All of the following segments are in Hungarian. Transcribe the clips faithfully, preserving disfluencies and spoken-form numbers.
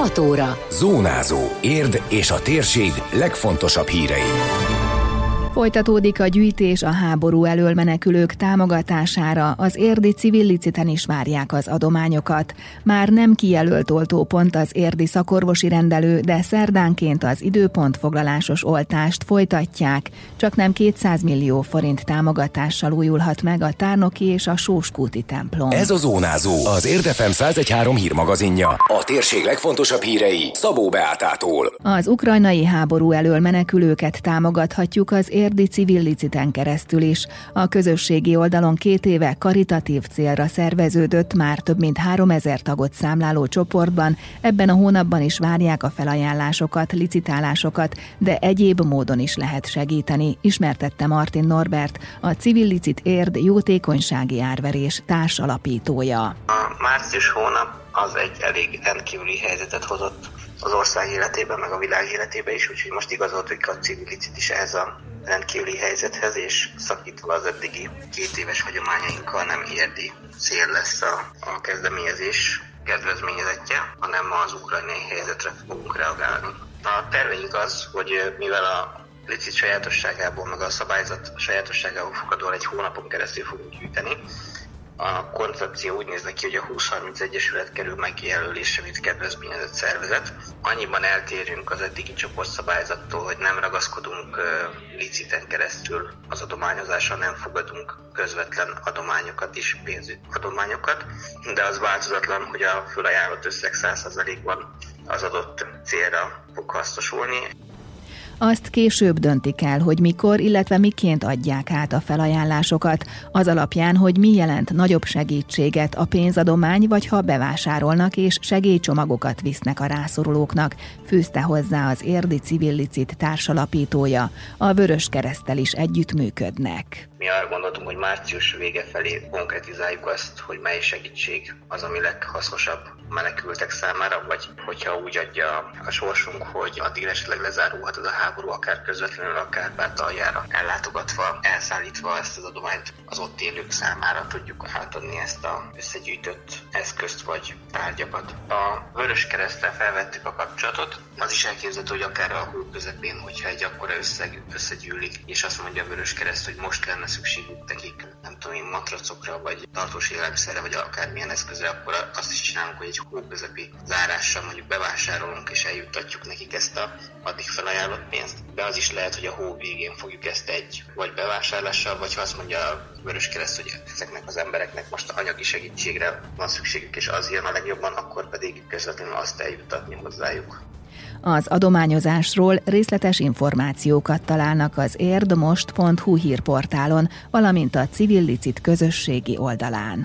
hat óra. Zónázó. Érd és a térség legfontosabb hírei. Folytatódik a gyűjtés a háború elől menekülők támogatására, az érdi civil liciten is várják az adományokat. Már nem kijelölt oltópont az érdi szakorvosi rendelő, de szerdánként az időpontfoglalásos oltást folytatják. Csaknem kétszáz millió forint támogatással újulhat meg a Tárnoki és a Sóskúti templom. Ez a Zónázó, az Érd ef em száz egy pont három hírmagazinja. A térség legfontosabb hírei Szabó Beátától. Az ukrajnai háború elől menekülőket támogathatjuk az érdi civil liciten keresztül is. A közösségi oldalon két éve karitatív célra szerveződött, már több mint háromezer tagot számláló csoportban. Ebben a hónapban is várják a felajánlásokat, licitálásokat, de egyéb módon is lehet segíteni, ismertette Martin Norbert, a Civil Licit Érd jótékonysági árverés társalapítója. A március hónap az egy elég rendkívüli helyzetet hozott az ország életében, meg a világ életében is, úgyhogy most igazoltuk a Civil Licit is ehhez a rendkívüli helyzethez, és szakítva az eddigi két éves hagyományainkkal nem érdi cél lesz a, a kezdeményezés kedvezményezettje, hanem az ukrajnai helyzetre fogunk reagálni. A terveink az, hogy mivel a licit sajátosságából, meg a szabályzat sajátosságából fakadóan egy hónapon keresztül fogunk gyűjteni, a koncepció úgy néz ki, hogy a húsz harminc egyesület kerül megjelölésre, mint kedvezményezett szervezet. Annyiban eltérünk az eddigi csoportszabályzattól, hogy nem ragaszkodunk uh, liciten keresztül az adományozásra, nem fogadunk közvetlen adományokat is, pénzadományokat, de az változatlan, hogy a fölajánlott összeg száz százalékban az adott célra fog hasznosulni. Azt később döntik el, hogy mikor, illetve miként adják át a felajánlásokat, az alapján, hogy mi jelent nagyobb segítséget, a pénzadomány, vagy ha bevásárolnak és segélycsomagokat visznek a rászorulóknak, fűzte hozzá az érdi Civil Licit társalapítója. A Vöröskereszttel is együttműködnek. Mi arra gondoltunk, hogy március vége felé konkretizáljuk azt, hogy mely segítség az, ami leghasznosabb menekültek számára, vagy hogyha úgy adja a sorsunk, hogy addig esetleg lezárulhat az a háború, akár közvetlenül, akár Kárpátaljára ellátogatva, elszállítva ezt az adományt az ott élők számára tudjuk átadni ezt az összegyűjtött eszközt vagy tárgyakat. A Vöröskereszttel felvettük a kapcsolatot, az is elképzelhető, hogy akár a hó közepén, hogyha egy akkora összeg összegyűlik, és azt mondja a Vöröskereszt, hogy most lenne szükségük nekik, nem tudom én, matracokra, vagy tartós élelmiszerre, vagy akármilyen eszközre, akkor azt is csinálunk, hogy egy hó közepi zárással mondjuk bevásárolunk, és eljuttatjuk nekik ezt a addig felajánlott pénzt. De az is lehet, hogy a hó végén fogjuk ezt egy vagy bevásárlással, vagy ha azt mondja a Vöröskereszt, hogy ezeknek az embereknek most anyagi segítségre van szükségük, és az jön a legjobban, akkor pedig közvetlenül azt eljuttatni hozzájuk. Az adományozásról részletes információkat találnak az érdmost pont hu hírportálon, valamint a Civil Licit közösségi oldalán.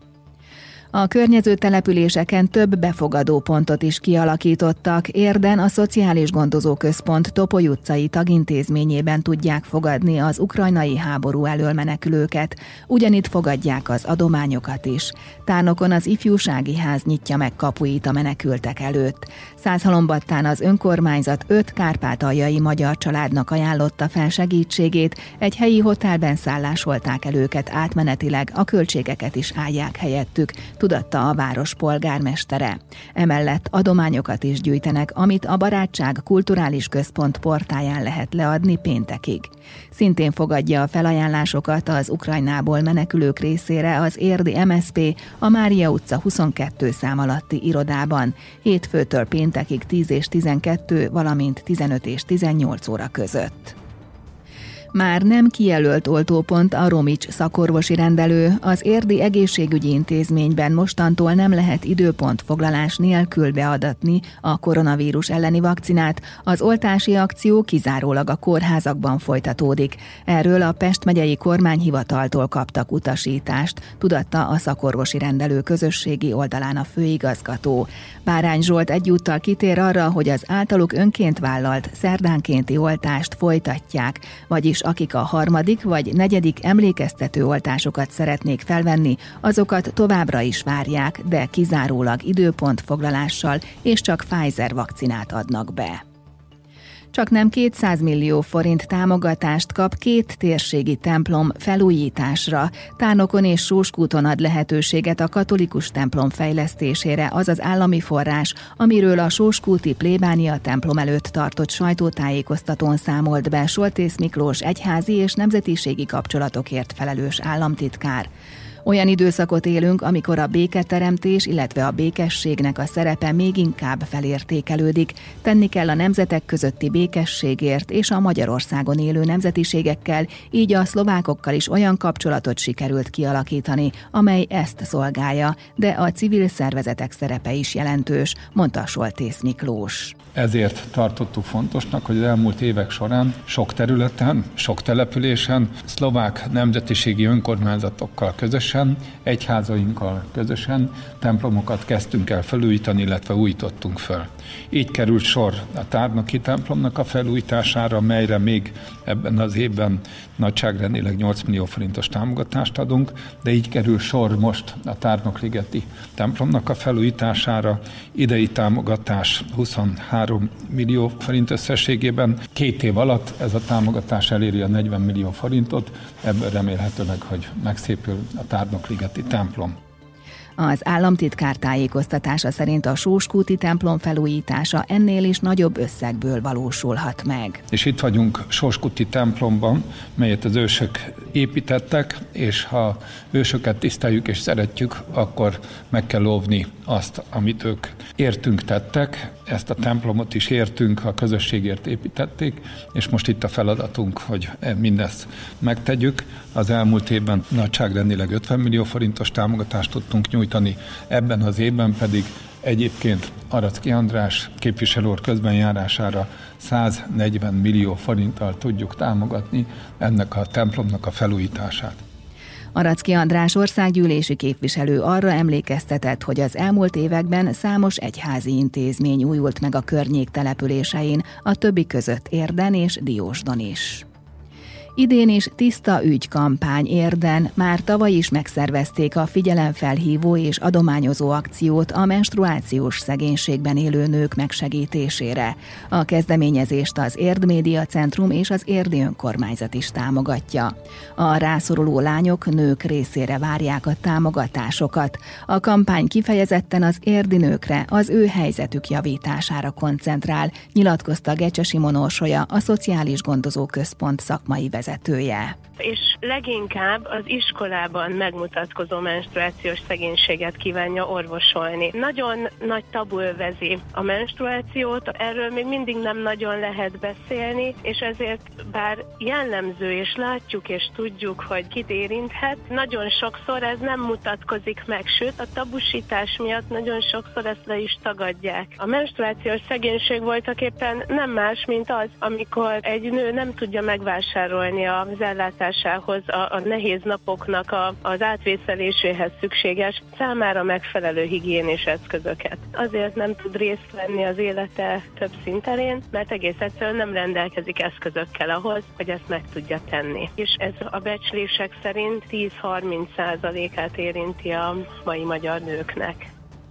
A környező településeken több befogadó pontot is kialakítottak. Érden a Szociális Gondozó Központ Topoly utcai tagintézményében tudják fogadni az ukrajnai háború elől menekülőket. Ugyanitt fogadják az adományokat is. Tárnokon az ifjúsági ház nyitja meg kapuit a menekültek előtt. Százhalombattán az önkormányzat öt kárpátaljai magyar családnak ajánlotta fel segítségét, egy helyi hotelben szállásolták el őket átmenetileg, a költségeket is állják helyettük, tudatta a város polgármestere. Emellett adományokat is gyűjtenek, amit a Barátság Kulturális Központ portáján lehet leadni péntekig. Szintén fogadja a felajánlásokat az Ukrajnából menekülők részére az érdi em es zé pé a Mária utca huszonkettő szám alatti irodában, hétfőtől péntekig tíz és tizenkettő, valamint tizenöt és tizennyolc óra között. Már nem kijelölt oltópont a Romics szakorvosi rendelő, az érdi egészségügyi intézményben mostantól nem lehet időpontfoglalás nélkül beadatni a koronavírus elleni vakcinát, az oltási akció kizárólag a kórházakban folytatódik. Erről a Pest megyei kormányhivataltól kaptak utasítást, tudatta a szakorvosi rendelő közösségi oldalán a főigazgató. Bárány Zsolt egyúttal kitér arra, hogy az általuk önként vállalt szerdánkénti oltást folytatják, vagyis akik a harmadik vagy negyedik emlékeztető oltásokat szeretnék felvenni, azokat továbbra is várják, de kizárólag időpontfoglalással és csak Pfizer vakcinát adnak be. Csaknem kétszáz millió forint támogatást kap két térségi templom felújításra. Tárnokon és Sóskúton ad lehetőséget a katolikus templom fejlesztésére az az állami forrás, amiről a sóskúti plébánia templom előtt tartott sajtótájékoztatón számolt be Soltész Miklós egyházi és nemzetiségi kapcsolatokért felelős államtitkár. Olyan időszakot élünk, amikor a béketeremtés, illetve a békességnek a szerepe még inkább felértékelődik. Tenni kell a nemzetek közötti békességért és a Magyarországon élő nemzetiségekkel, így a szlovákokkal is olyan kapcsolatot sikerült kialakítani, amely ezt szolgálja, de a civil szervezetek szerepe is jelentős, mondta Soltész Miklós. Ezért tartottuk fontosnak, hogy az elmúlt évek során sok területen, sok településen, szlovák nemzetiségi önkormányzatokkal közösen, egyházainkkal közösen templomokat kezdtünk el felújítani, illetve újítottunk föl. Így került sor a tárnoki templomnak a felújítására, melyre még ebben az évben nagyságrendileg nyolc millió forintos támogatást adunk, de így kerül sor most a Tárnokligeti templomnak a felújítására, idei támogatás huszonhárom millió forint összességében. Két év alatt ez a támogatás eléri a negyven millió forintot, ebből remélhetőleg, hogy megszépül a Tárnokligeti templom. Az államtitkár tájékoztatása szerint a sóskúti templom felújítása ennél is nagyobb összegből valósulhat meg. És itt vagyunk Sóskúti templomban, melyet az ősök építettek, és ha ősöket tiszteljük és szeretjük, akkor meg kell óvni azt, amit ők értünk tettek. Ezt a templomot is értünk, a közösségért építették, és most itt a feladatunk, hogy mindezt megtegyük. Az elmúlt évben nagyságrendileg ötven millió forintos támogatást tudtunk nyújtani, ebben az évben pedig egyébként Aracki András képviselő úr közbenjárására száznegyven millió forinttal tudjuk támogatni ennek a templomnak a felújítását. Aracki András országgyűlési képviselő arra emlékeztetett, hogy az elmúlt években számos egyházi intézmény újult meg a környék településein, a többi között Érden és Diósdon is. Idén is tiszta ügy kampány Érden, már tavaly is megszervezték a figyelemfelhívó és adományozó akciót a menstruációs szegénységben élő nők megsegítésére. A kezdeményezést az Érd Média Centrum és az érdi önkormányzat is támogatja. A rászoruló lányok, nők részére várják a támogatásokat. A kampány kifejezetten az érdi nőkre, az ő helyzetük javítására koncentrál, nyilatkozta Gecse Simon Orsolya, a Szociális Gondozó Központ szakmai vezetője. vezetője. És leginkább az iskolában megmutatkozó menstruációs szegénységet kívánja orvosolni. Nagyon nagy tabu övezi a menstruációt, erről még mindig nem nagyon lehet beszélni, és ezért bár jellemző, és látjuk és tudjuk, hogy kit érinthet, nagyon sokszor ez nem mutatkozik meg, sőt a tabusítás miatt nagyon sokszor ezt le is tagadják. A menstruációs szegénység voltaképpen nem más, mint az, amikor egy nő nem tudja megvásárolni az ellátásához, a, a nehéz napoknak a, az átvészeléséhez szükséges számára megfelelő higiénés eszközöket. Azért nem tud részt venni az élete több szinterén, mert egész egyszerűen nem rendelkezik eszközökkel ahhoz, hogy ezt meg tudja tenni. És ez a becslések szerint tíz-harminc százalékát érinti a mai magyar nőknek.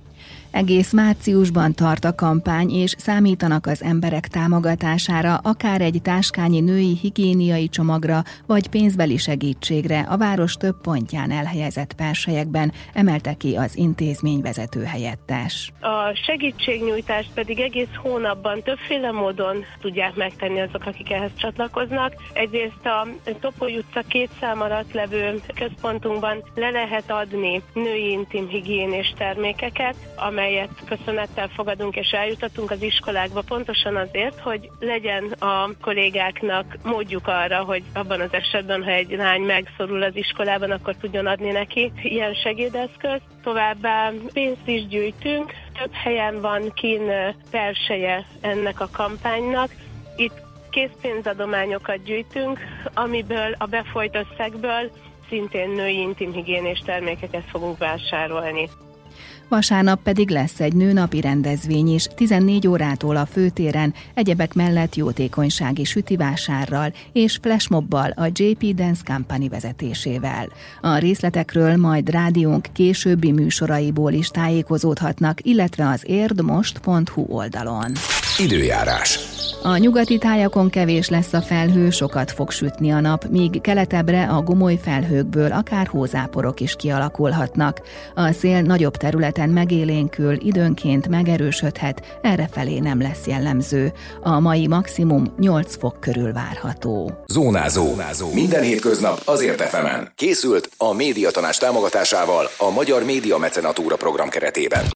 Egész márciusban tart a kampány, és számítanak az emberek támogatására, akár egy táskányi női higiéniai csomagra, vagy pénzbeli segítségre a város több pontján elhelyezett perselyekben, emelte ki az intézmény vezető helyettes. A segítségnyújtást pedig egész hónapban többféle módon tudják megtenni azok, akik ehhez csatlakoznak. Egyrészt a Topoly utca két szám alatt levő központunkban le lehet adni női intim higiénés termékeket, amely amelyet köszönettel fogadunk és eljutatunk az iskolákba, pontosan azért, hogy legyen a kollégáknak módjuk arra, hogy abban az esetben, ha egy lány megszorul az iskolában, akkor tudjon adni neki ilyen segédeszközt. Továbbá pénzt is gyűjtünk, több helyen van kín perseje ennek a kampánynak. Itt készpénzadományokat gyűjtünk, amiből a befolyt összegből szintén női intimhigiénés termékeket fogunk vásárolni. Vasárnap pedig lesz egy nőnapi rendezvény is, tizennégy órától a főtéren, egyebek mellett jótékonysági sütivásárral és flashmobbal a jé pé Dance Company vezetésével. A részletekről majd rádiónk későbbi műsoraiból is tájékozódhatnak, illetve az érdmost pont hu oldalon. Időjárás. A nyugati tájakon kevés lesz a felhő, sokat fog sütni a nap, míg keletebbre a gomoly felhőkből akár hózáporok is kialakulhatnak. A szél nagyobb területen megélénkül, időnként megerősödhet, errefelé nem lesz jellemző. A mai maximum nyolc fok körül várható. Zónázó. Minden hétköznap azért ef emen. Készült a Médiatanács támogatásával a Magyar Média Mecenatúra program keretében.